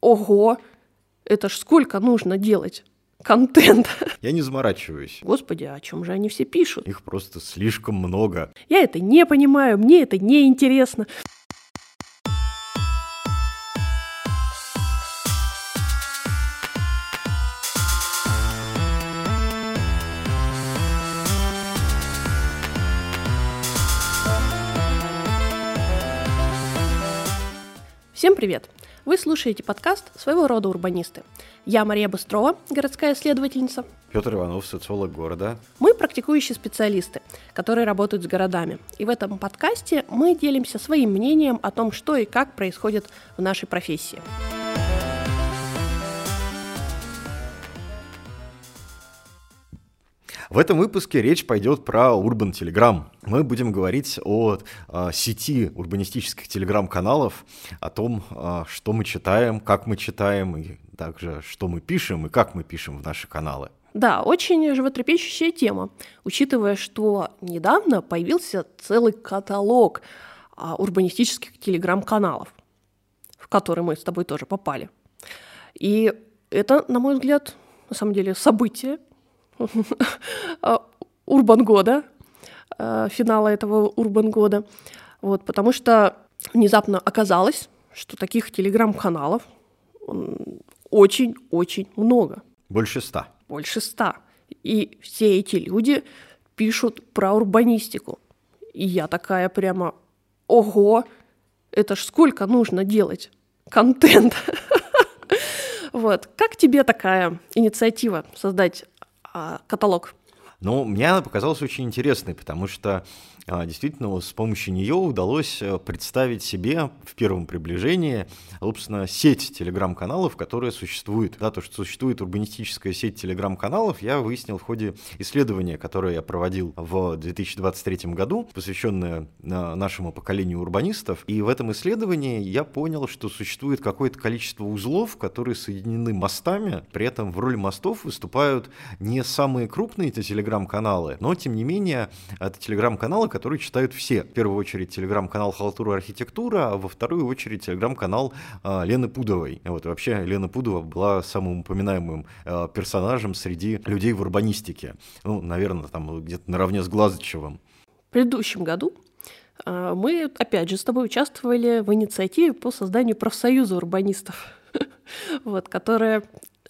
ого, это ж сколько нужно делать контента. Я не заморачиваюсь. Господи, о чем же они все пишут? Их просто слишком много. Я это не понимаю, мне это не интересно. Всем привет! Вы слушаете подкаст «Своего рода урбанисты». Я Мария Быстрова, городская исследовательница. Петр Иванов, социолог города. Мы практикующие специалисты, которые работают с городами. И в этом подкасте мы делимся своим мнением о том, что и как происходит в нашей профессии. В этом выпуске речь пойдет про Urban Telegram. Мы будем говорить о сети урбанистических телеграм-каналов, о том, что мы читаем, как мы читаем, и также, что мы пишем и как мы пишем в наши каналы. Да, очень животрепещущая тема, учитывая, что недавно появился целый каталог урбанистических телеграм-каналов, в который мы с тобой тоже попали. И это, на мой взгляд, на самом деле событие, Урбан года, финала этого Урбан года, вот, потому что внезапно оказалось, что таких телеграм-каналов очень-очень много. Больше 100. Больше 100. И все эти люди пишут про урбанистику. И я такая прямо, ого, это ж сколько нужно делать контента. Вот. Как тебе такая инициатива создать каталог? Ну, мне она показалась очень интересной, потому что действительно с помощью нее удалось представить себе в первом приближении, собственно, сеть телеграм-каналов, которая существует. Да, то, что существует урбанистическая сеть телеграм-каналов, я выяснил в ходе исследования, которое я проводил в 2023 году, посвященное нашему поколению урбанистов. И в этом исследовании я понял, что существует какое-то количество узлов, которые соединены мостами. При этом в роли мостов выступают не самые крупные телеграм-каналы, но, тем не менее, это телеграм-каналы, которые читают все. В первую очередь телеграм-канал «Халтура архитектура», а во вторую очередь телеграм-канал Лены Пудовой. Вот вообще Лена Пудова была самым упоминаемым персонажем среди людей в урбанистике. Ну, наверное, там где-то наравне с Глазычевым. В предыдущем году мы, опять же, с тобой участвовали в инициативе по созданию профсоюза урбанистов, вот, которая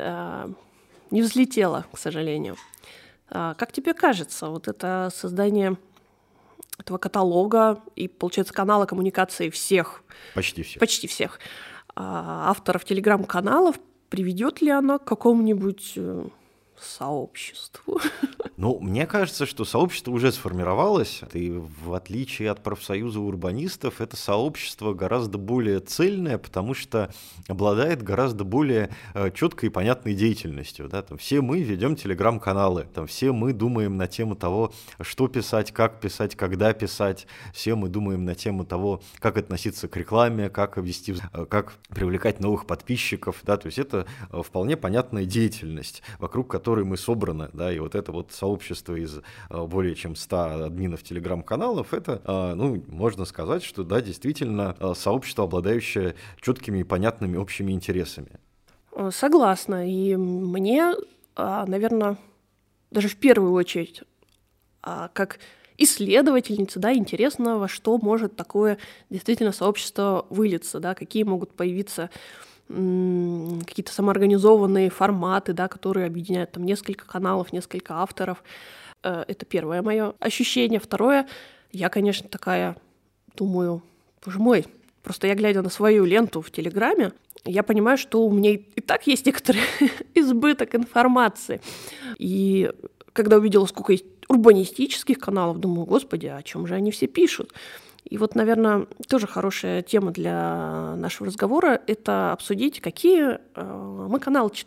не взлетела, к сожалению. Как тебе кажется, вот это создание этого каталога и, получается, канала коммуникации всех, почти всех авторов телеграм-каналов, приведет ли оно к какому-нибудь сообществу? Ну, мне кажется, что сообщество уже сформировалось, и в отличие от профсоюза урбанистов, это сообщество гораздо более цельное, потому что обладает гораздо более четкой и понятной деятельностью. Да? Там все мы ведем телеграм-каналы, там все мы думаем на тему того, что писать, когда писать, все мы думаем на тему того, как относиться к рекламе, как вести, как привлекать новых подписчиков. Да? То есть это вполне понятная деятельность, вокруг которой мы собраны, да, и вот это вот сообщество из более чем 100 админов телеграм-каналов, это, ну, можно сказать, что, да, действительно, сообщество, обладающее четкими и понятными общими интересами. Согласна, и мне, наверное, даже в первую очередь, как исследовательница, да, интересно, во что может такое действительно сообщество вылиться, да, какие могут появиться какие-то самоорганизованные форматы, да, которые объединяют там несколько каналов, несколько авторов. Это первое мое ощущение. Второе, я, конечно, такая думаю, боже мой, просто я, глядя на свою ленту в Телеграме, я понимаю, что у меня и так есть некоторый избыток информации. И когда увидела, сколько есть урбанистических каналов, думаю, господи, о чем же они все пишут? И вот, наверное, тоже хорошая тема для нашего разговора — это обсудить, какие мы каналы читаем.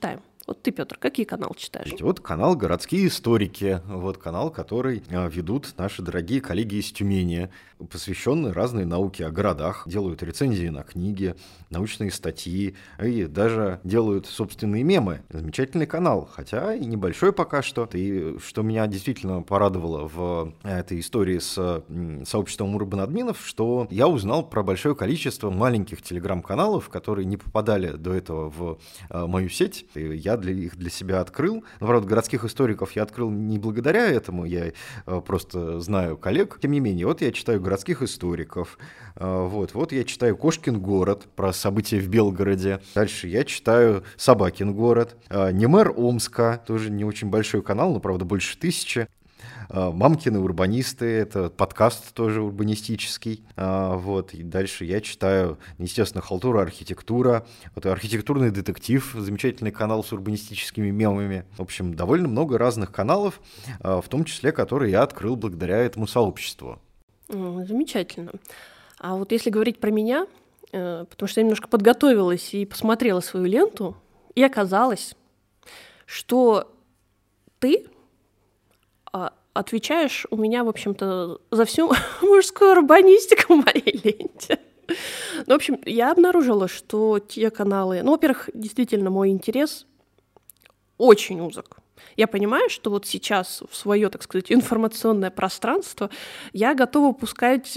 Вот ты, Петр, какие каналы читаешь? Вот канал «Городские историки», вот канал, который ведут наши дорогие коллеги из Тюмени, посвященные разной науке о городах, делают рецензии на книги, научные статьи и даже делают собственные мемы. Замечательный канал, хотя и небольшой пока что. И что меня действительно порадовало в этой истории с сообществом урбанадминов, что я узнал про большое количество маленьких телеграм-каналов, которые не попадали до этого в мою сеть. И я их для себя открыл. Но, правда, «Городских историков» я открыл не благодаря этому, я просто знаю коллег. Тем не менее, вот я читаю «Городских историков», вот я читаю «Кошкин город» про события в Белгороде. Дальше я читаю «Собакин город», «Немэр Омска», тоже не очень большой канал, но, правда, больше 1000. «Мамкины урбанисты», это подкаст тоже урбанистический. И дальше я читаю, естественно, «Халтура архитектура», вот «Архитектурный детектив», замечательный канал с урбанистическими мемами. В общем, довольно много разных каналов, в том числе, которые я открыл благодаря этому сообществу. Замечательно. А вот если говорить про меня, потому что я немножко подготовилась и посмотрела свою ленту, и оказалось, что ты отвечаешь у меня, в общем-то, за всю мужскую урбанистику в моей ленте. Ну, в общем, я обнаружила, что те каналы... Ну, во-первых, действительно, мой интерес очень узок. Я понимаю, что вот сейчас в свое, так сказать, информационное пространство я готова пускать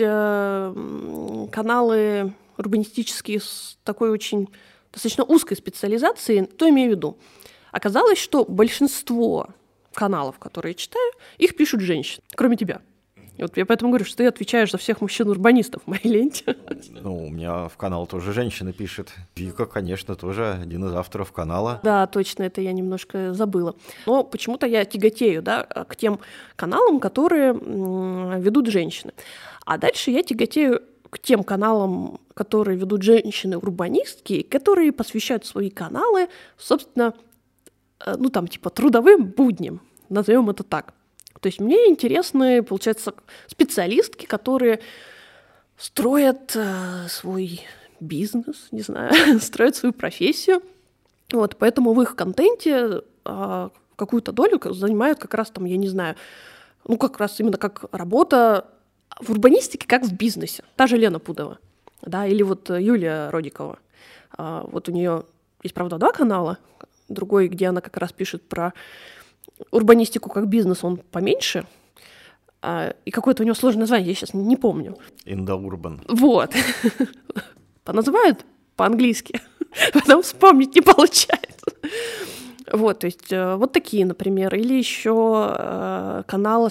каналы урбанистические с такой очень достаточно узкой специализацией. Что имею в виду? Оказалось, что большинство каналов, которые читаю, их пишут женщины, кроме тебя. И вот я поэтому говорю, что ты отвечаешь за всех мужчин-урбанистов в моей ленте. Ну, у меня в канал тоже женщина пишет. Вика, конечно, тоже один из авторов канала. Да, точно, это я немножко забыла. Но почему-то я тяготею, да, к тем каналам, которые ведут женщины. А дальше я тяготею к тем каналам, которые ведут женщины-урбанистки, которые посвящают свои каналы, собственно, ну, там, типа, трудовым будням, назовем это так. То есть мне интересны, получается, специалистки, которые строят свой бизнес, не знаю, строят свою профессию. Вот, поэтому в их контенте какую-то долю занимают как раз там, я не знаю, ну, как раз именно как работа в урбанистике, как в бизнесе. Та же Лена Пудова, да, или вот Юлия Родикова. Вот у нее есть, правда, 2 канала. Другой, где она как раз пишет про урбанистику как бизнес, он поменьше. И какое-то у него сложное название, я сейчас не помню. Индоурбан. Вот. Поназывают по-английски, потом вспомнить не получается. Вот, то есть вот такие, например. Или еще канал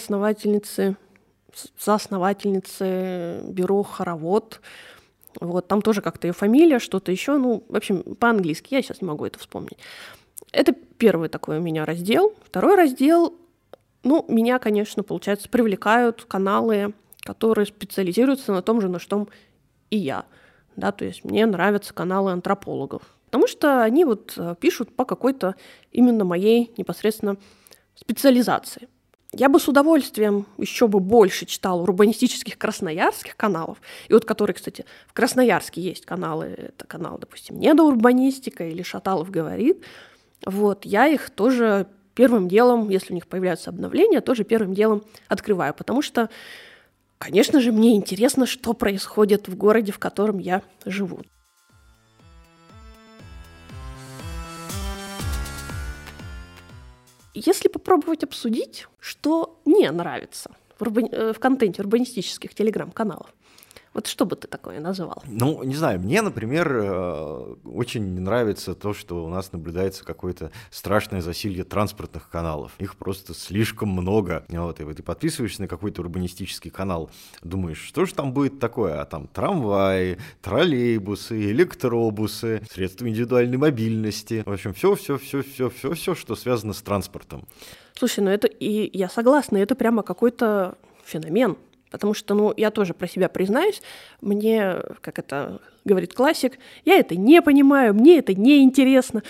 соосновательницы бюро «Хоровод». Вот, там тоже как-то ее фамилия, что-то еще. Ну, в общем, по-английски. Я сейчас не могу это вспомнить. Это первый такой у меня раздел. Второй раздел, ну, меня, конечно, получается, привлекают каналы, которые специализируются на том же, на что и я. Да, то есть мне нравятся каналы антропологов. Потому что они вот пишут по какой-то именно моей непосредственно специализации. Я бы с удовольствием еще бы больше читала урбанистических красноярских каналов. И вот которые, кстати, в Красноярске есть каналы. Это канал, допустим, «Недоурбанистика» или «Шаталов говорит». Вот, я их тоже первым делом, если у них появляются обновления, тоже первым делом открываю, потому что, конечно же, мне интересно, что происходит в городе, в котором я живу. Если попробовать обсудить, что не нравится в контенте урбанистических телеграм-каналов, вот что бы ты такое называл? Ну, не знаю, мне, например, очень не нравится то, что у нас наблюдается какое-то страшное засилье транспортных каналов. Их просто слишком много. Вот, и ты подписываешься на какой-то урбанистический канал, думаешь, что же там будет такое? А там трамваи, троллейбусы, электробусы, средства индивидуальной мобильности. В общем, все, что связано с транспортом. Слушай, ну это, и я согласна, это прямо какой-то феномен. Потому что, ну, я тоже про себя признаюсь, мне, как это говорит классик, я это не понимаю, мне это не интересно.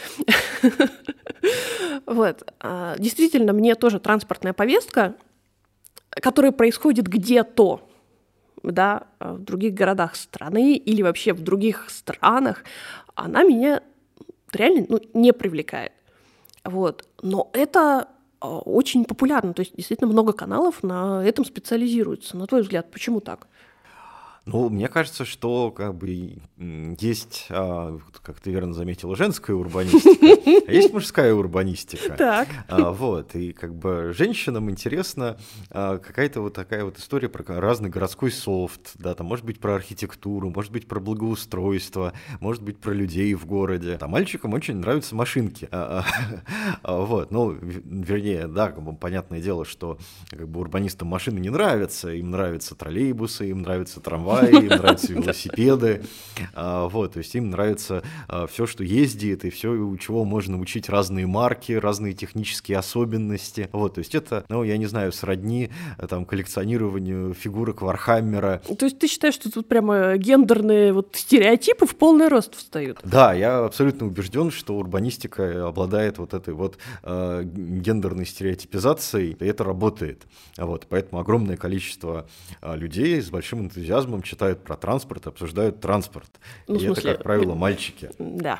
Вот. Действительно, мне тоже транспортная повестка, которая происходит где-то, да, в других городах страны или вообще в других странах, она меня реально, ну, не привлекает. Вот. Но это очень популярно, то есть действительно много каналов на этом специализируются. На твой взгляд, почему так? Ну, мне кажется, что как бы есть, как ты верно заметила, женская урбанистика, а есть мужская урбанистика. Так. Вот, и как бы женщинам интересна какая-то вот такая вот история про разный городской софт, да, там может быть про архитектуру, может быть про благоустройство, может быть про людей в городе. А мальчикам очень нравятся машинки. Вот, ну, вернее, да, как бы понятное дело, что как бы урбанистам машины не нравятся, им нравятся троллейбусы, им нравятся трамваи, им нравятся велосипеды, вот, то есть им нравится все, что ездит, и все, у чего можно учить разные марки, разные технические особенности, вот, то есть это, ну, я не знаю, сродни там коллекционированию фигурок Вархаммера. То есть ты считаешь, что тут прямо гендерные вот стереотипы в полный рост встают? Да, я абсолютно убежден, что урбанистика обладает вот этой вот гендерной стереотипизацией, и это работает, вот, поэтому огромное количество людей с большим энтузиазмом читают про транспорт, обсуждают транспорт. Ну, и это, как правило, мальчики. Да.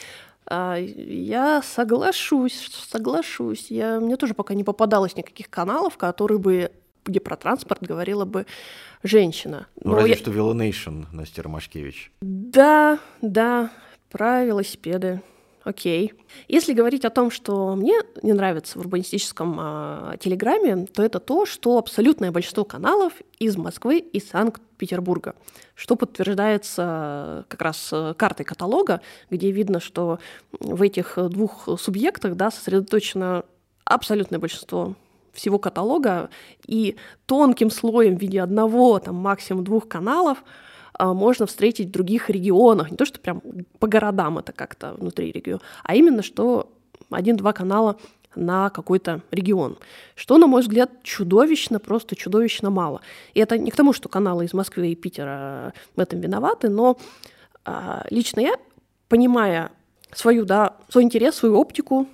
Я соглашусь. Мне тоже пока не попадалось никаких каналов, где про транспорт говорила бы женщина. Ну, разве что Велонейшн, Настя Ромашкевич. Да, про велосипеды. Окей. Если говорить о том, что мне не нравится в урбанистическом телеграме, то это то, что абсолютное большинство каналов из Москвы и Санкт-Петербурга, что подтверждается как раз картой каталога, где видно, что в этих двух субъектах, да, сосредоточено абсолютное большинство всего каталога, и тонким слоем в виде одного, там, максимум двух каналов можно встретить в других регионах. Не то, что прям по городам это как-то внутри региона, а именно, что 1-2 канала на какой-то регион. Что, на мой взгляд, просто чудовищно мало. И это не к тому, что каналы из Москвы и Питера в этом виноваты, но лично я, понимая свой интерес, свою оптику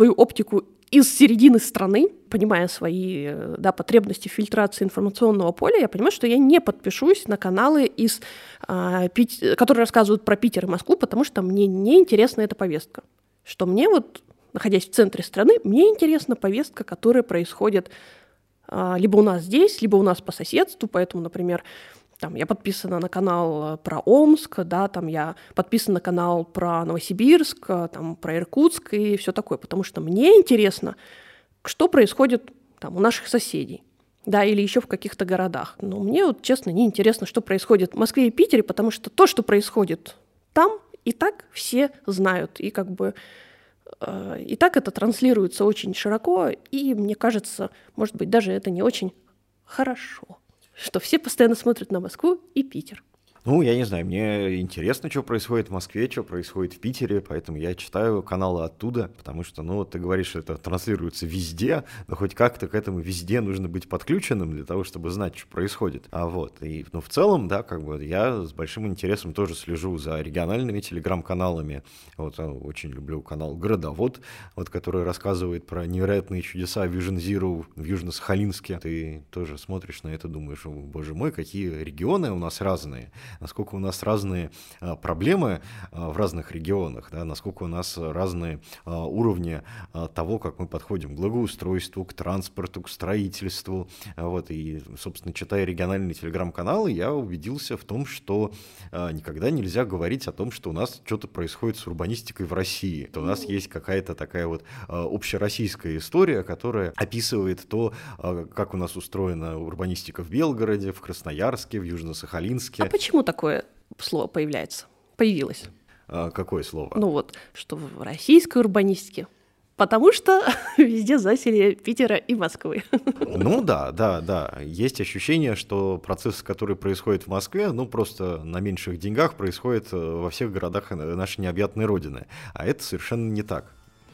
из середины страны, понимая свои потребности фильтрации информационного поля, я понимаю, что я не подпишусь на каналы, которые рассказывают про Питер и Москву, потому что мне не интересна эта повестка. Что мне вот, находясь в центре страны, мне интересна повестка, которая происходит либо у нас здесь, либо у нас по соседству. Поэтому, например, там я подписана на канал про Омск, да, там я подписана на канал про Новосибирск, там, про Иркутск и все такое, потому что мне интересно, что происходит там у наших соседей, да, или еще в каких-то городах. Но мне вот, честно, не интересно, что происходит в Москве и Питере, потому что то, что происходит там, и так все знают, и как бы и так это транслируется очень широко, и мне кажется, может быть, даже это не очень хорошо, что все постоянно смотрят на Москву и Питер. Ну, я не знаю, мне интересно, что происходит в Москве, что происходит в Питере, поэтому я читаю каналы оттуда, потому что, ну, вот ты говоришь, что это транслируется везде, но хоть как-то к этому везде нужно быть подключенным для того, чтобы знать, что происходит. Ну, в целом, да, как бы я с большим интересом тоже слежу за региональными телеграм-каналами. Вот, очень люблю канал «Городовод», вот, который рассказывает про невероятные чудеса Vision Zero в Южно-Сахалинске. Ты тоже смотришь на это, думаешь, о, боже мой, какие регионы у нас разные. Насколько у нас разные проблемы в разных регионах, да, насколько у нас разные уровни того, как мы подходим к благоустройству, к транспорту, к строительству. Вот, и, собственно, читая региональные телеграм-каналы, я убедился в том, что никогда нельзя говорить о том, что у нас что-то происходит с урбанистикой в России. То у нас есть какая-то такая вот общероссийская история, которая описывает то, как у нас устроена урбанистика в Белгороде, в Красноярске, в Южно-Сахалинске. А почему такое слово появилось? Какое слово? Ну вот, что в российской урбанистике. Потому что везде засели Питера и Москвы. Ну да. Есть ощущение, что процесс, который происходит в Москве, ну просто на меньших деньгах происходит во всех городах нашей необъятной родины. А это совершенно не так.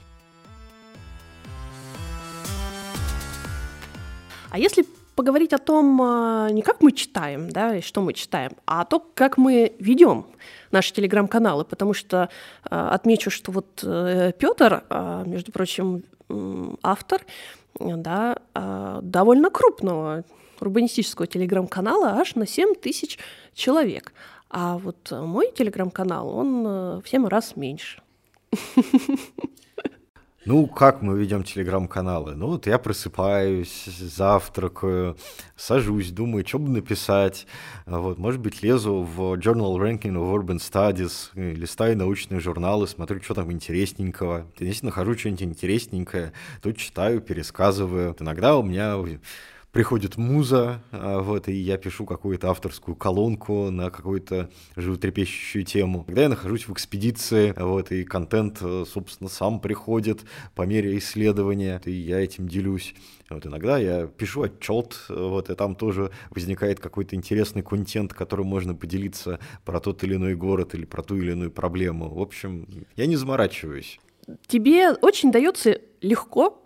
А если поговорить о том, не как мы читаем, да, и что мы читаем, а то, как мы ведем наши телеграм-каналы, потому что отмечу, что вот Петр, между прочим, автор, да, довольно крупного урбанистического телеграм-канала, аж на 7 тысяч человек. А вот мой телеграм-канал, он в 7 раз меньше. Ну, как мы ведем телеграм-каналы? Ну, вот я просыпаюсь, завтракаю, сажусь, думаю, что бы написать. Вот, может быть, лезу в Journal Ranking of Urban Studies, листаю научные журналы, смотрю, что там интересненького. Если нахожу что-нибудь интересненькое, то читаю, пересказываю. Вот иногда у меня приходит муза, вот, и я пишу какую-то авторскую колонку на какую-то животрепещущую тему. Когда я нахожусь в экспедиции, вот, и контент, собственно, сам приходит по мере исследования, и я этим делюсь. Вот, иногда я пишу отчет, вот, и там тоже возникает какой-то интересный контент, которым можно поделиться про тот или иной город или про ту или иную проблему. В общем, я не заморачиваюсь. Тебе очень дается легко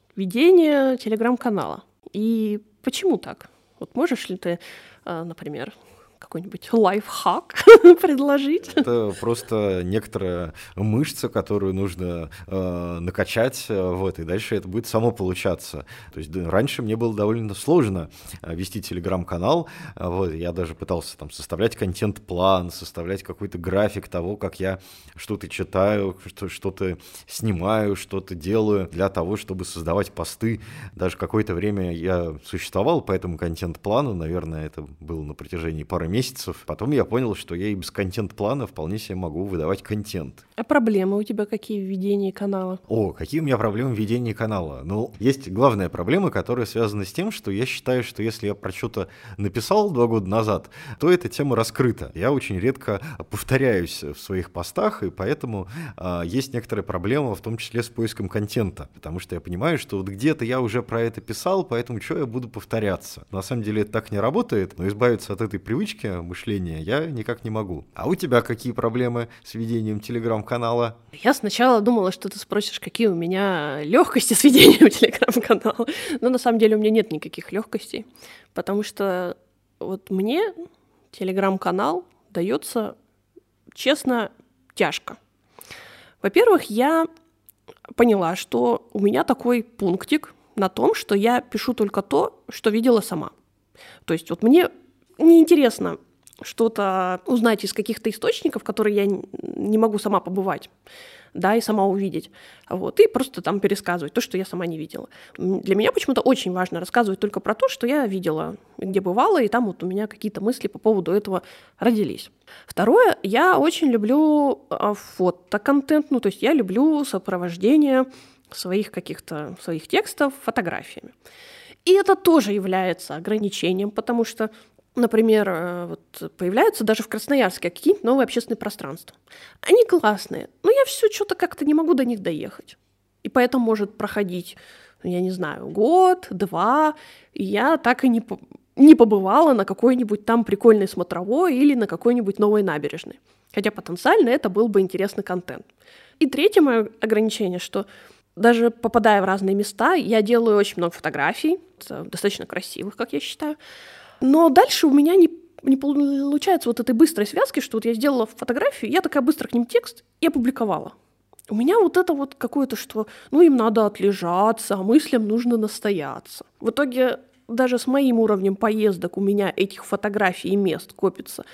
ведение телеграм-канала. И почему так? Вот можешь ли ты, например, какой-нибудь лайфхак предложить? Это просто некоторая мышца, которую нужно накачать, вот, и дальше это будет само получаться. То есть раньше мне было довольно сложно вести телеграм-канал, вот, я даже пытался там составлять контент-план, составлять какой-то график того, как я что-то читаю, что-то снимаю, что-то делаю для того, чтобы создавать посты. Даже какое-то время я существовал по этому контент-плану, наверное, это было на протяжении пары месяцев. Потом я понял, что я и без контент-плана вполне себе могу выдавать контент. А проблемы у тебя какие в ведении канала? Какие у меня проблемы в ведении канала? Ну, есть главная проблема, которая связана с тем, что я считаю, что если я про что-то написал 2 года назад, то эта тема раскрыта. Я очень редко повторяюсь в своих постах, и поэтому есть некоторая проблема, в том числе с поиском контента, потому что я понимаю, что вот где-то я уже про это писал, поэтому что я буду повторяться? На самом деле это так не работает, но избавиться от этой привычки мышления я никак не могу. А у тебя какие проблемы с ведением телеграм-канала? Я сначала думала, что ты спросишь, какие у меня легкости с ведением телеграм-канала. Но на самом деле у меня нет никаких легкостей, потому что вот мне телеграм-канал дается, честно, тяжко. Во-первых, я поняла, что у меня такой пунктик на том, что я пишу только то, что видела сама. То есть вот мне неинтересно что-то узнать из каких-то источников, которые я не могу сама побывать, да, и сама увидеть, вот, и просто там пересказывать то, что я сама не видела. Для меня почему-то очень важно рассказывать только про то, что я видела, где бывала, и там вот у меня какие-то мысли по поводу этого родились. Второе, я очень люблю фотоконтент, ну, то есть я люблю сопровождение своих текстов фотографиями. И это тоже является ограничением, потому что, например, вот появляются даже в Красноярске какие-нибудь новые общественные пространства. Они классные, но я все что-то как-то не могу до них доехать. И поэтому может проходить, я не знаю, год, 2, и я так и не побывала на какой-нибудь там прикольной смотровой или на какой-нибудь новой набережной. Хотя потенциально это был бы интересный контент. И третье мое ограничение, что даже попадая в разные места, я делаю очень много фотографий, достаточно красивых, как я считаю. Но дальше у меня не получается вот этой быстрой связки, что вот я сделала фотографию, я такая быстро к ним текст и опубликовала. У меня вот это вот какое-то, что им надо отлежаться, а мыслям нужно настояться. В итоге даже с моим уровнем поездок у меня этих фотографий и мест копится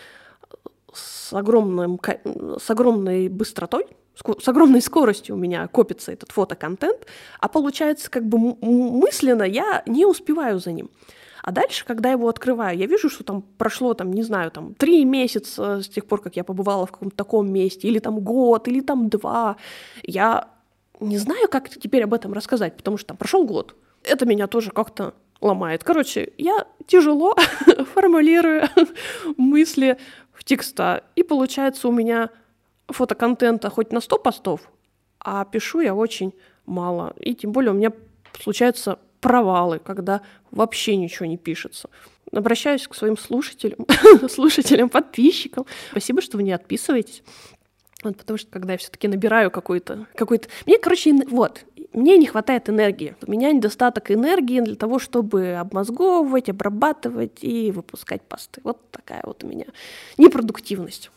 с огромной быстротой, с огромной скоростью у меня копится этот фотоконтент, а получается как бы мысленно я не успеваю за ним. А дальше, когда я его открываю, я вижу, что там прошло, 3 месяца с тех пор, как я побывала в каком-то таком месте, или там год, или там 2. Я не знаю, как теперь об этом рассказать, потому что там прошел год. Это меня тоже как-то ломает. Короче, я тяжело формулирую мысли в текста, и получается у меня фотоконтента хоть на 100 постов, а пишу я очень мало. И тем более у меня случаются провалы, когда вообще ничего не пишется. Обращаюсь к своим слушателям, подписчикам. Спасибо, что вы не отписываетесь. Потому что когда я все-таки набираю какой-то... Мне не хватает энергии. У меня недостаток энергии для того, чтобы обмозговывать, обрабатывать и выпускать посты. Вот такая вот у меня непродуктивность.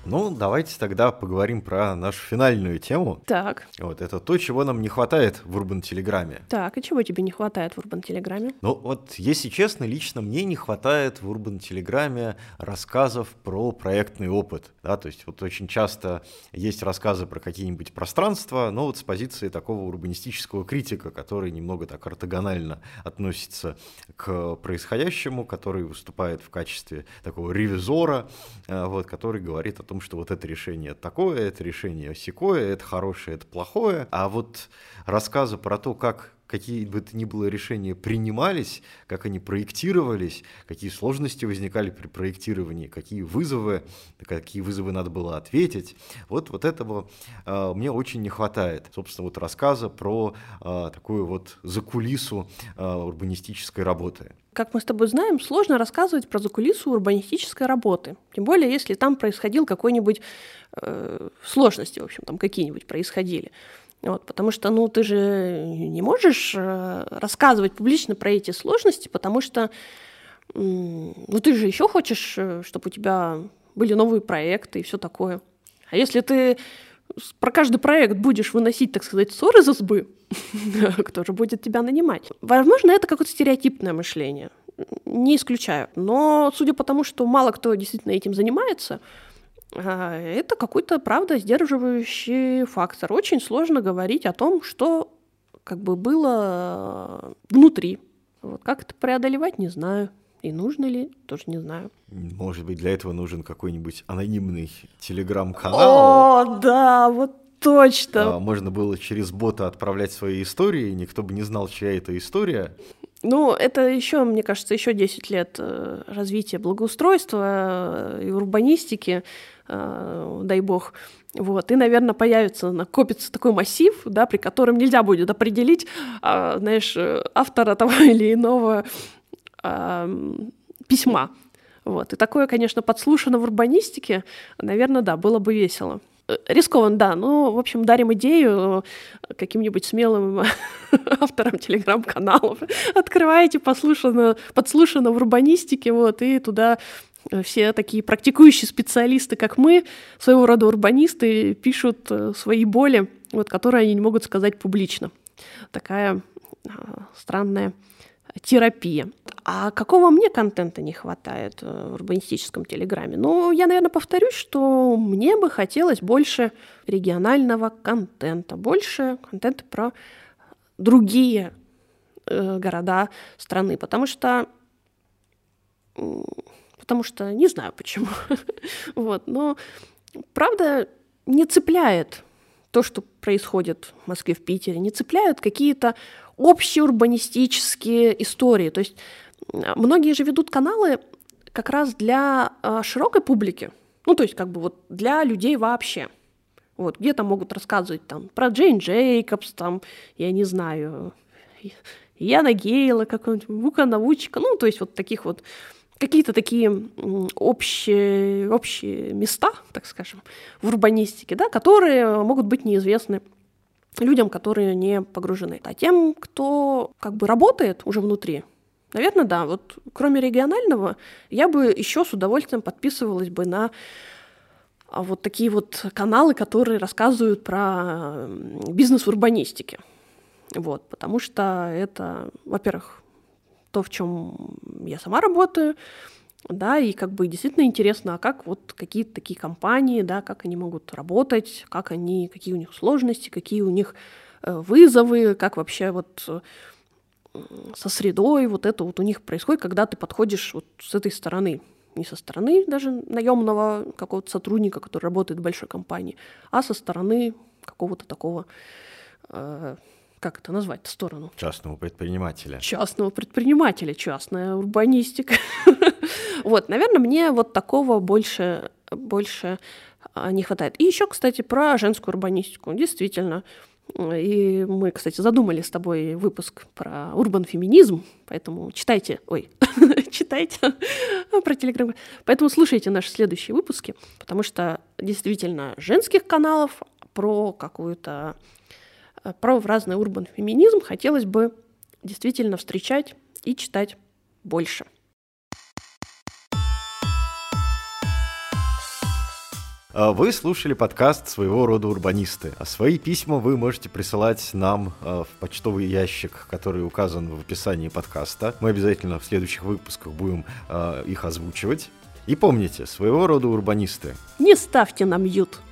Ну, давайте тогда поговорим про нашу финальную тему. Так. Вот, это то, чего нам не хватает в Урбан-телеграме. Так, и чего тебе не хватает в Урбан-телеграме? Ну, вот, если честно, лично мне не хватает в Урбан-телеграме рассказов про проектный опыт. Да, то есть вот очень часто есть рассказы про какие-нибудь пространства, но вот с позиции такого урбанистического критика, который немного так ортогонально относится к происходящему, который выступает в качестве такого ревизора, вот, который говорит о том, что вот это решение такое, это решение сякое, это хорошее, это плохое. А вот рассказы про то, как какие бы то ни было решения принимались, как они проектировались, какие сложности возникали при проектировании, какие вызовы надо было ответить. Вот этого мне очень не хватает. Собственно, вот рассказа про такую вот закулису урбанистической работы. Как мы с тобой знаем, сложно рассказывать про закулису урбанистической работы. Тем более, если там происходил какой-нибудь сложности, в общем, там какие-нибудь происходили. Вот, потому что, ты же не можешь рассказывать публично про эти сложности, потому что, ты же еще хочешь, чтобы у тебя были новые проекты и все такое. А если ты про каждый проект будешь выносить, так сказать, ссор из избы, кто же будет тебя нанимать? Возможно, это какое-то стереотипное мышление. Не исключаю. Но судя по тому, что мало кто действительно этим занимается, это какой-то, правда, сдерживающий фактор. Очень сложно говорить о том, что было внутри. Вот как это преодолевать, не знаю. И нужно ли, тоже не знаю. Может быть, для этого нужен какой-нибудь анонимный телеграм-канал? О, да, вот точно. Можно было через бота отправлять свои истории, и никто бы не знал, чья это история. Это еще, мне кажется, еще 10 лет развития благоустройства и урбанистики, дай бог. Вот. И, наверное, накопится такой массив, да, при котором нельзя будет определить, автора того или иного письма. Вот. И такое, конечно, подслушано в урбанистике, наверное, да, было бы весело. Рискованно, да. В общем, дарим идею каким-нибудь смелым авторам телеграм-каналов. Открываете подслушано в урбанистике, вот, и туда все такие практикующие специалисты, как мы, своего рода урбанисты, пишут свои боли, вот, которые они не могут сказать публично. Такая странная терапия. А какого мне контента не хватает в урбанистическом телеграме? Я, наверное, повторюсь, что мне бы хотелось больше регионального контента, больше контента про другие города страны, потому что не знаю почему. Вот, но правда не цепляет то, что происходит в Москве, в Питере, не цепляют какие-то общие урбанистические истории. То есть многие же ведут каналы как раз для широкой публики, то есть для людей вообще. Вот, где-то могут рассказывать про Джейн Джейкобс, я не знаю, Яна Гейла, какого-нибудь Вука Навучика, то есть вот таких вот какие-то такие общие места, так скажем, в урбанистике, да, которые могут быть неизвестны людям, которые не погружены. А тем, кто работает уже внутри, наверное, да. Вот кроме регионального, я бы еще с удовольствием подписывалась бы на вот такие вот каналы, которые рассказывают про бизнес в урбанистике. Вот, потому что это, во-первых, то, в чем я сама работаю, да, и действительно интересно, а как вот какие-то такие компании, да, как они могут работать, какие у них сложности, какие у них вызовы, как вообще вот со средой вот это вот у них происходит, когда ты подходишь вот с этой стороны, не со стороны даже наемного какого-то сотрудника, который работает в большой компании, а со стороны какого-то такого, как это назвать, сторону? Частного предпринимателя. Частная урбанистика. Вот, наверное, мне вот такого больше не хватает. И еще, кстати, про женскую урбанистику. Действительно. И мы, кстати, задумали с тобой выпуск про урбан-феминизм, поэтому читайте про Телеграм. Поэтому слушайте наши следующие выпуски, потому что действительно женских каналов про разный урбан-феминизм хотелось бы действительно встречать и читать больше. Вы слушали подкаст «Своего рода урбанисты». А свои письма вы можете присылать нам в почтовый ящик, который указан в описании подкаста. Мы обязательно в следующих выпусках будем их озвучивать. И помните, «Своего рода урбанисты». Не ставьте на мьют.